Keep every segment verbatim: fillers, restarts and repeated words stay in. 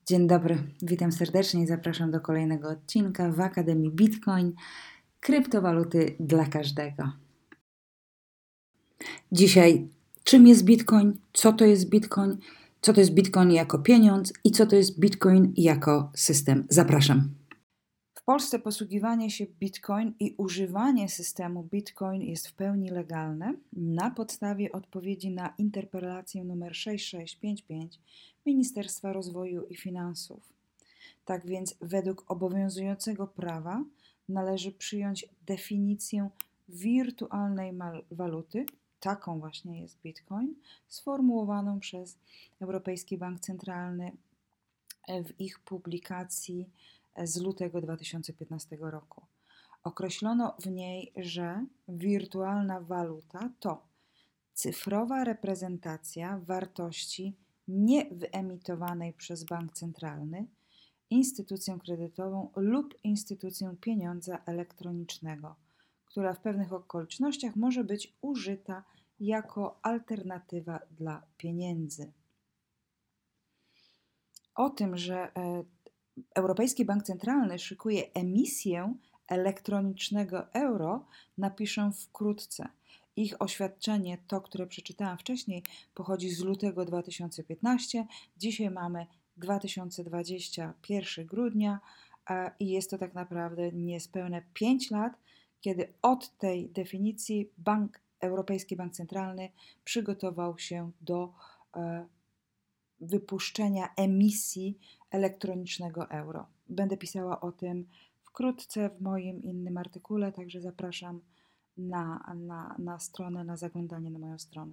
Dzień dobry, witam serdecznie i zapraszam do kolejnego odcinka w Akademii Bitcoin. Kryptowaluty dla każdego. Dzisiaj czym jest Bitcoin, co to jest Bitcoin, co to jest Bitcoin jako pieniądz i co to jest Bitcoin jako system. Zapraszam. W Polsce posługiwanie się Bitcoin i używanie systemu Bitcoin jest w pełni legalne na podstawie odpowiedzi na interpelację nr sześć tysięcy sześćset pięćdziesiąt pięć Ministerstwa Rozwoju i Finansów. Tak więc według obowiązującego prawa należy przyjąć definicję wirtualnej waluty, taką właśnie jest Bitcoin, sformułowaną przez Europejski Bank Centralny w ich publikacji z lutego dwa tysiące piętnastego roku. Określono w niej, że wirtualna waluta to cyfrowa reprezentacja wartości niewyemitowanej przez bank centralny, instytucję kredytową lub instytucję pieniądza elektronicznego, która w pewnych okolicznościach może być użyta jako alternatywa dla pieniędzy. O tym, że Europejski Bank Centralny szykuje emisję elektronicznego euro, napiszę wkrótce. Ich oświadczenie, to, które przeczytałam wcześniej, pochodzi z lutego dwa tysiące piętnastego. Dzisiaj mamy dwa tysiące dwudziestego pierwszego grudnia i jest to tak naprawdę niespełna pięć lat, kiedy od tej definicji Bank, Europejski Bank Centralny przygotował się do wypuszczenia emisji elektronicznego euro. Będę pisała o tym wkrótce w moim innym artykule, także zapraszam na, na, na stronę, na zaglądanie na moją stronę.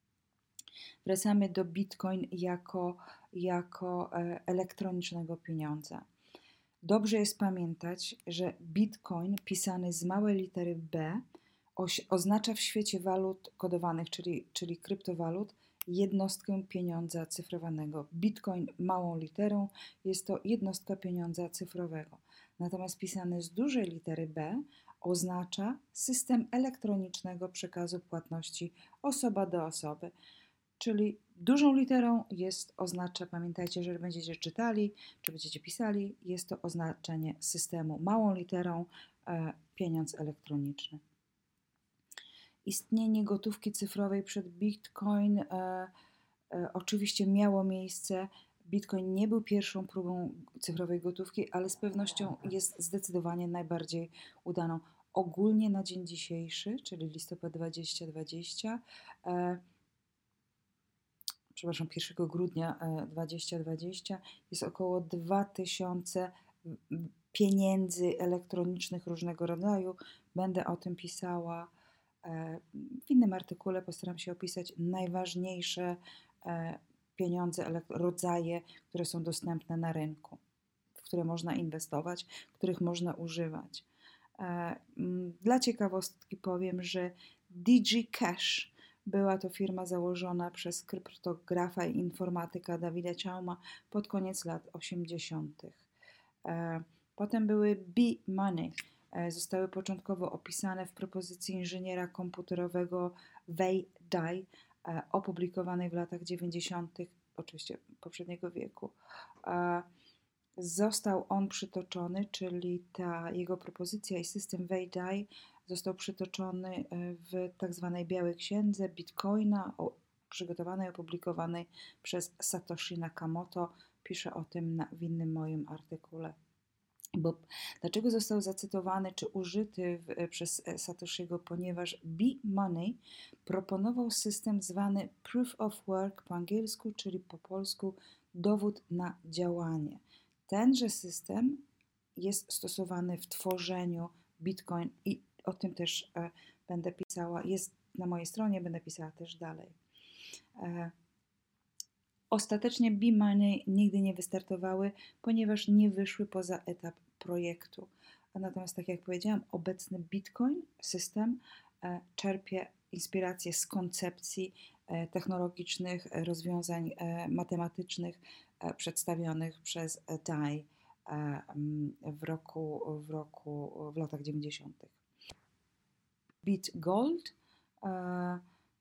Wracamy do Bitcoin jako, jako elektronicznego pieniądza. Dobrze jest pamiętać, że Bitcoin pisany z małej litery B oznacza w świecie walut kodowanych, czyli, czyli kryptowalut, jednostkę pieniądza cyfrowanego. Bitcoin małą literą jest to jednostka pieniądza cyfrowego. Natomiast pisany z dużej litery B oznacza system elektronicznego przekazu płatności osoba do osoby. Czyli dużą literą jest oznacza, pamiętajcie, jeżeli będziecie czytali, czy będziecie pisali, jest to oznaczenie systemu. Małą literą e, pieniądz elektroniczny. Istnienie gotówki cyfrowej przed Bitcoin e, e, oczywiście miało miejsce. Bitcoin nie był pierwszą próbą cyfrowej gotówki, ale z pewnością jest zdecydowanie najbardziej udaną. Ogólnie na dzień dzisiejszy, czyli listopad dwa tysiące dwudziesty, e, przepraszam, pierwszego grudnia dwa tysiące dwudziestego jest około dwa tysiące pieniędzy elektronicznych różnego rodzaju. Będę o tym pisała w innym artykule. Postaram się opisać najważniejsze pieniądze, rodzaje, które są dostępne na rynku, w które można inwestować, których można używać. Dla ciekawostki powiem, że DigiCash była to firma założona przez kryptografa i informatyka Davida Chauma pod koniec lat osiemdziesiątych. Potem były B-Money. Zostały początkowo opisane w propozycji inżyniera komputerowego Wei Dai, opublikowanej w latach dziewięćdziesiątych, oczywiście poprzedniego wieku. Został on przytoczony, czyli ta jego propozycja i system Wei Dai został przytoczony w tak zwanej Białej Księdze Bitcoina, przygotowanej, opublikowanej przez Satoshi Nakamoto. Piszę o tym na, w innym moim artykule. Bo dlaczego został zacytowany czy użyty w, przez Satoshiego? Ponieważ B-Money proponował system zwany Proof of Work po angielsku, czyli po polsku dowód na działanie. Tenże system jest stosowany w tworzeniu Bitcoin i o tym też e, będę pisała, jest na mojej stronie, będę pisała też dalej. E, Ostatecznie B-Money nigdy nie wystartowały, ponieważ nie wyszły poza etap projektu. Natomiast, tak jak powiedziałam, obecny Bitcoin, system, e, czerpie inspirację z koncepcji e, technologicznych, rozwiązań e, matematycznych e, przedstawionych przez Dai e, w roku, w roku, w latach dziewięćdziesiątych. BitGold e,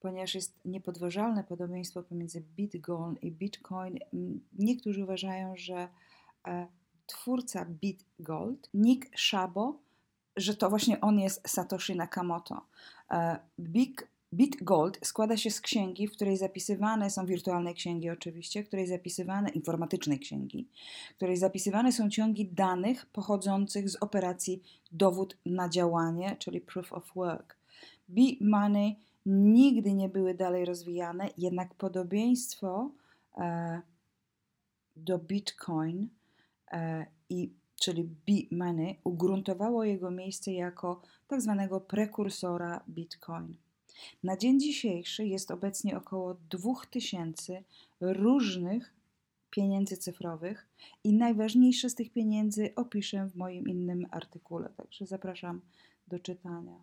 ponieważ jest niepodważalne podobieństwo pomiędzy Bitcoin i Bitcoin. Niektórzy uważają, że e, twórca BitGold, Nick Szabo, że to właśnie on jest Satoshi Nakamoto. E, Big BitGold składa się z księgi, w której zapisywane są wirtualne księgi oczywiście, w której zapisywane, informatyczne księgi, w której zapisywane są ciągi danych pochodzących z operacji dowód na działanie, czyli proof of work. B-Money nigdy nie były dalej rozwijane, jednak podobieństwo e, do Bitcoin, e, i, czyli B-Money, ugruntowało jego miejsce jako tak zwanego prekursora Bitcoin. Na dzień dzisiejszy jest obecnie około dwóch tysięcy różnych pieniędzy cyfrowych i najważniejsze z tych pieniędzy opiszę w moim innym artykule, także zapraszam do czytania.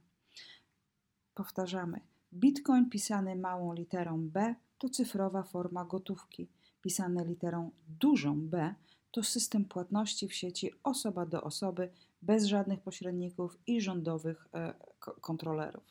Powtarzamy. Bitcoin pisany małą literą B to cyfrowa forma gotówki. Pisane literą dużą B to system płatności w sieci osoba do osoby, bez żadnych pośredników i rządowych e, kontrolerów.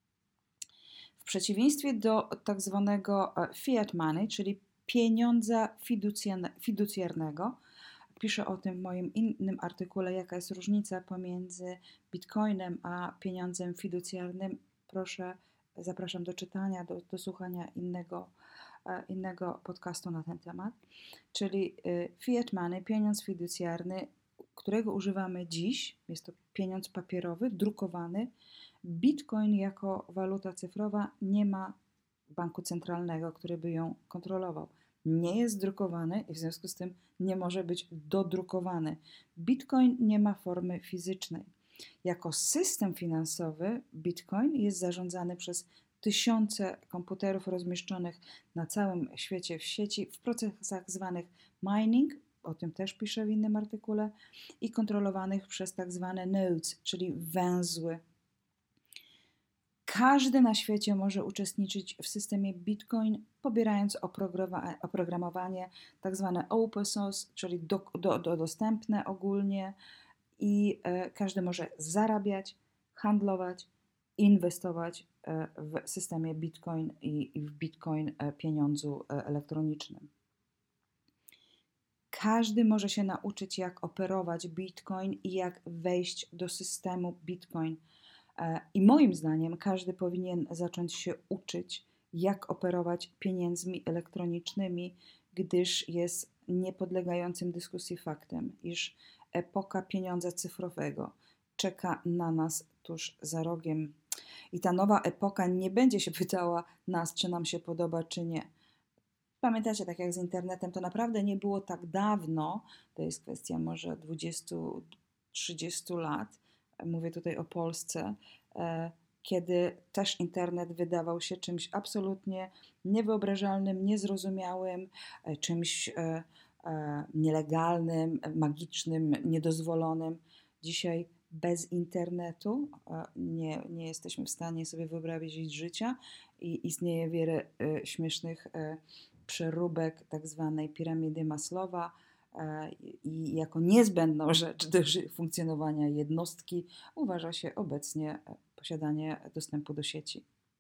W przeciwieństwie do tak zwanego fiat money, czyli pieniądza fiducjarnego, piszę o tym w moim innym artykule, jaka jest różnica pomiędzy bitcoinem a pieniądzem fiducjarnym. Proszę, zapraszam do czytania, do, do słuchania innego, innego podcastu na ten temat. Czyli fiat money, pieniądz fiducjarny, którego używamy dziś, jest to pieniądz papierowy, drukowany. Bitcoin jako waluta cyfrowa nie ma banku centralnego, który by ją kontrolował. Nie jest drukowany i w związku z tym nie może być dodrukowany. Bitcoin nie ma formy fizycznej. Jako system finansowy Bitcoin jest zarządzany przez tysiące komputerów rozmieszczonych na całym świecie w sieci w procesach zwanych mining, o tym też piszę w innym artykule, i kontrolowanych przez tak zwane nodes, czyli węzły. Każdy na świecie może uczestniczyć w systemie Bitcoin, pobierając oprogramowanie tak zwane open source, czyli do, do, do dostępne ogólnie, i e, każdy może zarabiać, handlować, inwestować e, w systemie Bitcoin i, i w Bitcoin e, pieniądzu e, elektronicznym. Każdy może się nauczyć, jak operować Bitcoin i jak wejść do systemu Bitcoin. I moim zdaniem każdy powinien zacząć się uczyć, jak operować pieniędzmi elektronicznymi, gdyż jest niepodlegającym dyskusji faktem, iż epoka pieniądza cyfrowego czeka na nas tuż za rogiem. I ta nowa epoka nie będzie się pytała nas, czy nam się podoba, czy nie. Pamiętacie, tak jak z internetem, to naprawdę nie było tak dawno, to jest kwestia może dwudziestu do trzydziestu lat, mówię tutaj o Polsce, kiedy też internet wydawał się czymś absolutnie niewyobrażalnym, niezrozumiałym, czymś nielegalnym, magicznym, niedozwolonym. Dzisiaj bez internetu nie, nie jesteśmy w stanie sobie wyobrazić życia i istnieje wiele śmiesznych przeróbek tak zwanej piramidy Maslowa, i jako niezbędną rzecz do funkcjonowania jednostki uważa się obecnie posiadanie dostępu do sieci.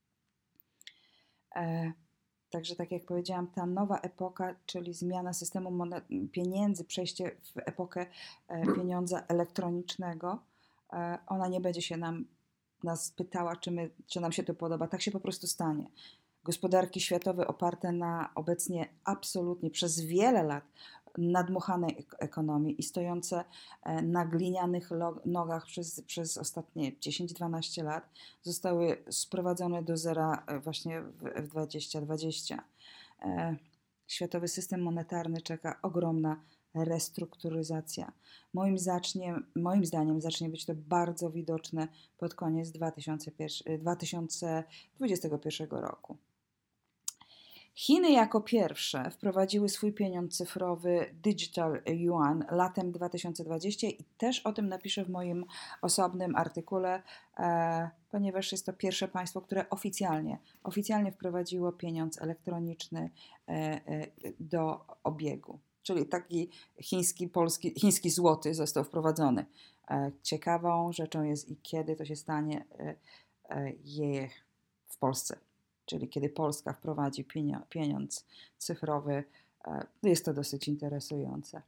Także tak jak powiedziałam, ta nowa epoka, czyli zmiana systemu monet- pieniędzy, przejście w epokę pieniądza elektronicznego, ona nie będzie się nam, nas pytała, czy, my, czy nam się to podoba. Tak się po prostu stanie. Gospodarki światowe oparte na obecnie absolutnie przez wiele lat nadmuchanej ekonomii i stojące na glinianych nogach przez, przez ostatnie dziesięć do dwunastu lat zostały sprowadzone do zera właśnie w dwa tysiące dwudziestym. Światowy system monetarny czeka ogromna restrukturyzacja. Moim, zacznie, moim zdaniem zacznie być to bardzo widoczne pod koniec dwa tysiące dwudziestego pierwszego roku. Chiny jako pierwsze wprowadziły swój pieniądz cyfrowy Digital Yuan latem dwa tysiące dwudziestego i też o tym napiszę w moim osobnym artykule, e, ponieważ jest to pierwsze państwo, które oficjalnie, oficjalnie wprowadziło pieniądz elektroniczny e, e, do obiegu. Czyli taki chiński, polski, chiński złoty został wprowadzony. E, ciekawą rzeczą jest i kiedy to się stanie, e, e, je w Polsce. czyli kiedy Polska wprowadzi pieniądz cyfrowy. Jest to dosyć interesujące.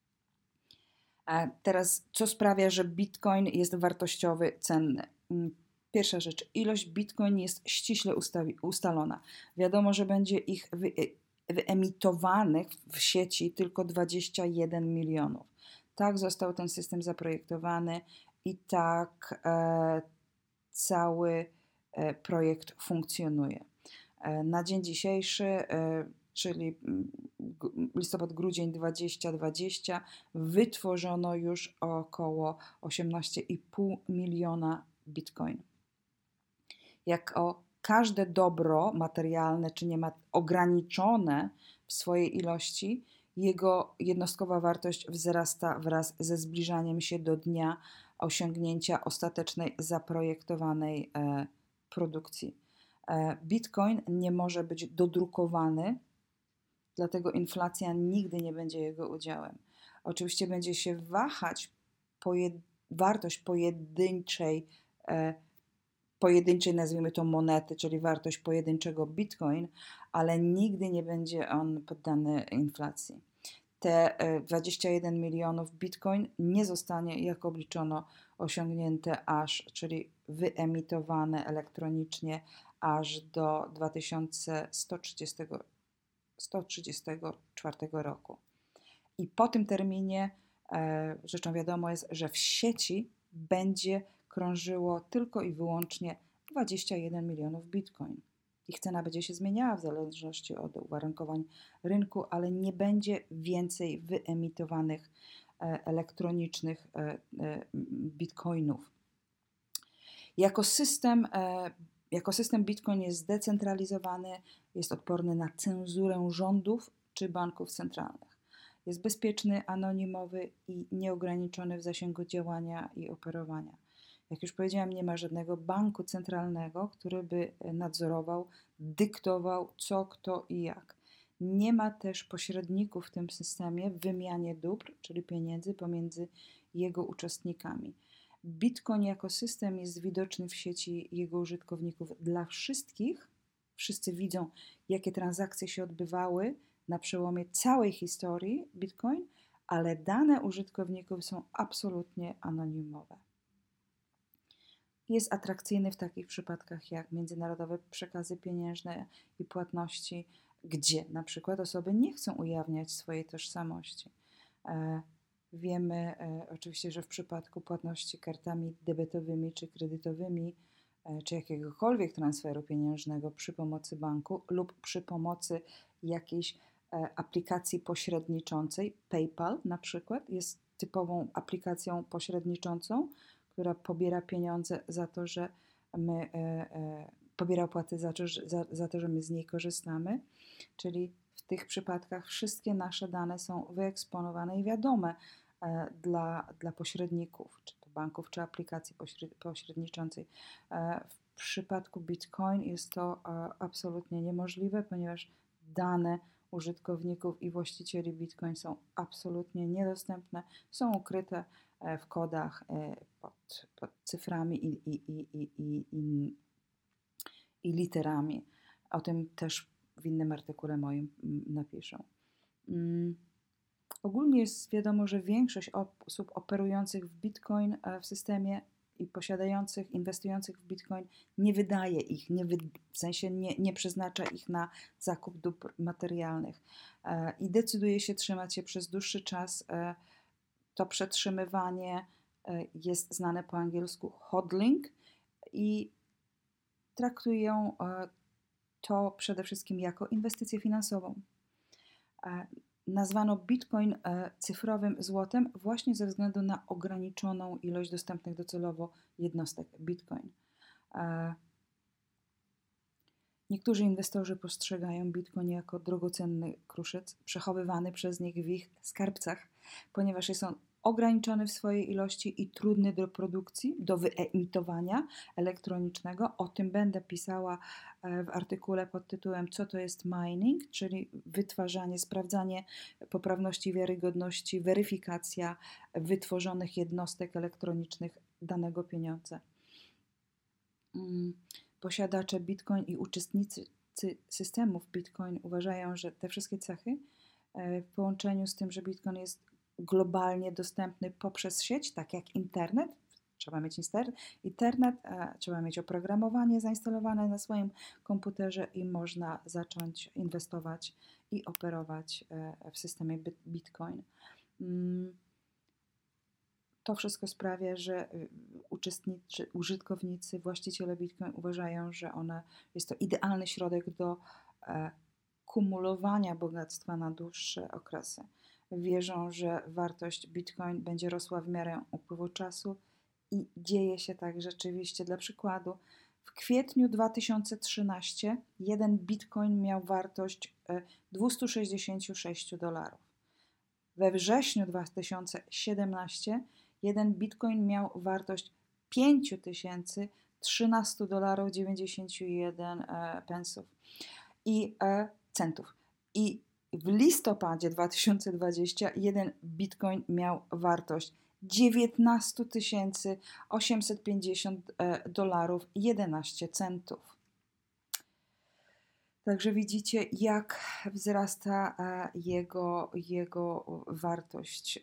Teraz, co sprawia, że Bitcoin jest wartościowy, cenny? Pierwsza rzecz, ilość Bitcoin jest ściśle ustalona. Wiadomo, że będzie ich wy, wyemitowanych w sieci tylko dwadzieścia jeden milionów. Tak został ten system zaprojektowany i tak e, cały e, projekt funkcjonuje. E, na dzień dzisiejszy, e, czyli listopad-grudzień dwa tysiące dwudziesty, wytworzono już około osiemnaście i pół miliona Bitcoin. Jako każde dobro materialne, czy nie ma ograniczone w swojej ilości, jego jednostkowa wartość wzrasta wraz ze zbliżaniem się do dnia osiągnięcia ostatecznej zaprojektowanej e, produkcji. E, Bitcoin nie może być dodrukowany, dlatego inflacja nigdy nie będzie jego udziałem. Oczywiście będzie się wahać pojed- wartość pojedynczej e, pojedynczej, nazwijmy to monety, czyli wartość pojedynczego Bitcoin, ale nigdy nie będzie on poddany inflacji. Te dwadzieścia jeden milionów Bitcoin nie zostanie, jak obliczono, osiągnięte aż, czyli wyemitowane elektronicznie aż do dwa tysiące sto trzydziestego czwartego roku. I po tym terminie e, rzeczą wiadomo jest, że w sieci będzie krążyło tylko i wyłącznie dwadzieścia jeden milionów Bitcoin. Ich cena będzie się zmieniała w zależności od uwarunkowań rynku, ale nie będzie więcej wyemitowanych e, elektronicznych e, e, Bitcoinów. Jako system, e, jako system Bitcoin jest zdecentralizowany, jest odporny na cenzurę rządów czy banków centralnych. Jest bezpieczny, anonimowy i nieograniczony w zasięgu działania i operowania. Jak już powiedziałam, nie ma żadnego banku centralnego, który by nadzorował, dyktował co, kto i jak. Nie ma też pośredników w tym systemie w wymianie dóbr, czyli pieniędzy pomiędzy jego uczestnikami. Bitcoin jako system jest widoczny w sieci jego użytkowników dla wszystkich. Wszyscy widzą, jakie transakcje się odbywały na przełomie całej historii Bitcoin, ale dane użytkowników są absolutnie anonimowe. Jest atrakcyjny w takich przypadkach jak międzynarodowe przekazy pieniężne i płatności, gdzie na przykład osoby nie chcą ujawniać swojej tożsamości. E, wiemy e, oczywiście, że w przypadku płatności kartami debetowymi czy kredytowymi, e, czy jakiegokolwiek transferu pieniężnego przy pomocy banku lub przy pomocy jakiejś e, aplikacji pośredniczącej, PayPal na przykład jest typową aplikacją pośredniczącą, która pobiera pieniądze za to, że my, e, e, pobiera opłaty za to, że, za, za to, że my z niej korzystamy. Czyli w tych przypadkach wszystkie nasze dane są wyeksponowane i wiadome e, dla, dla pośredników, czy to banków, czy aplikacji pośred, pośredniczącej. E, w przypadku Bitcoin jest to e, absolutnie niemożliwe, ponieważ dane użytkowników i właścicieli Bitcoin są absolutnie niedostępne, są ukryte w kodach pod, pod cyframi i, i, i, i, i, i, i literami. O tym też w innym artykule moim napiszę. Um, ogólnie jest wiadomo, że większość osób operujących w Bitcoin w systemie i posiadających, inwestujących w Bitcoin nie wydaje ich, nie wy, w sensie nie, nie przeznacza ich na zakup dóbr materialnych e, i decyduje się trzymać się przez dłuższy czas. E, to przetrzymywanie e, jest znane po angielsku hodling i traktują e, to przede wszystkim jako inwestycję finansową. E, Nazwano Bitcoin cyfrowym złotem właśnie ze względu na ograniczoną ilość dostępnych docelowo jednostek Bitcoin. Niektórzy inwestorzy postrzegają Bitcoin jako drogocenny kruszyc przechowywany przez nich w ich skarbcach, ponieważ jest on ograniczony w swojej ilości i trudny do produkcji, do wyemitowania elektronicznego. O tym będę pisała w artykule pod tytułem Co to jest mining, czyli wytwarzanie, sprawdzanie poprawności, wiarygodności, weryfikacja wytworzonych jednostek elektronicznych danego pieniądza. posiadacze Bitcoin i uczestnicy systemów Bitcoin uważają, że te wszystkie cechy w połączeniu z tym, że Bitcoin jest globalnie dostępny poprzez sieć, tak jak internet, trzeba mieć internet, trzeba mieć oprogramowanie zainstalowane na swoim komputerze i można zacząć inwestować i operować w systemie Bitcoin. To wszystko sprawia, że uczestnicy, użytkownicy, właściciele Bitcoin uważają, że one, jest to idealny środek do kumulowania bogactwa na dłuższe okresy. Wierzą, że wartość Bitcoin będzie rosła w miarę upływu czasu i dzieje się tak rzeczywiście. Dla przykładu, w kwietniu dwa tysiące trzynastego jeden Bitcoin miał wartość dwieście sześćdziesiąt sześć dolarów. We wrześniu dwa tysiące siedemnastego jeden Bitcoin miał wartość pięć tysięcy trzynaście dolarów dziewięćdziesiąt jeden pensów i e, centów. I w listopadzie dwa tysiące dwudziestego jeden Bitcoin miał wartość dziewiętnaście tysięcy osiemset pięćdziesiąt dolarów jedenaście centów. Także widzicie, jak wzrasta jego, jego wartość.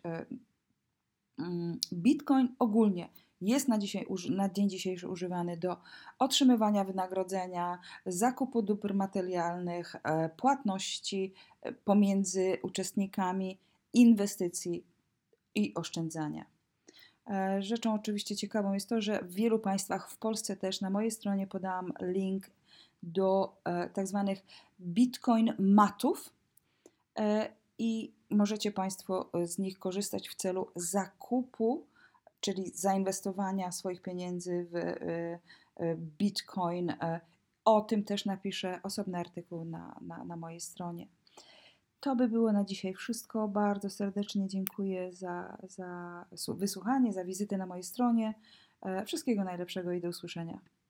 Bitcoin ogólnie jest na, dzisiaj, na dzień dzisiejszy używany do otrzymywania wynagrodzenia, zakupu dóbr materialnych, płatności pomiędzy uczestnikami, inwestycji i oszczędzania. Rzeczą oczywiście ciekawą jest to, że w wielu państwach, w Polsce też, na mojej stronie podałam link do e, tak zwanych Bitcoin matów e, i możecie Państwo z nich korzystać w celu zakupu, czyli zainwestowania swoich pieniędzy w e, e, Bitcoin. E, o tym też napiszę osobny artykuł na, na, na mojej stronie. To by było na dzisiaj wszystko. Bardzo serdecznie dziękuję za, za wysłuchanie, za wizytę na mojej stronie. E, wszystkiego najlepszego i do usłyszenia.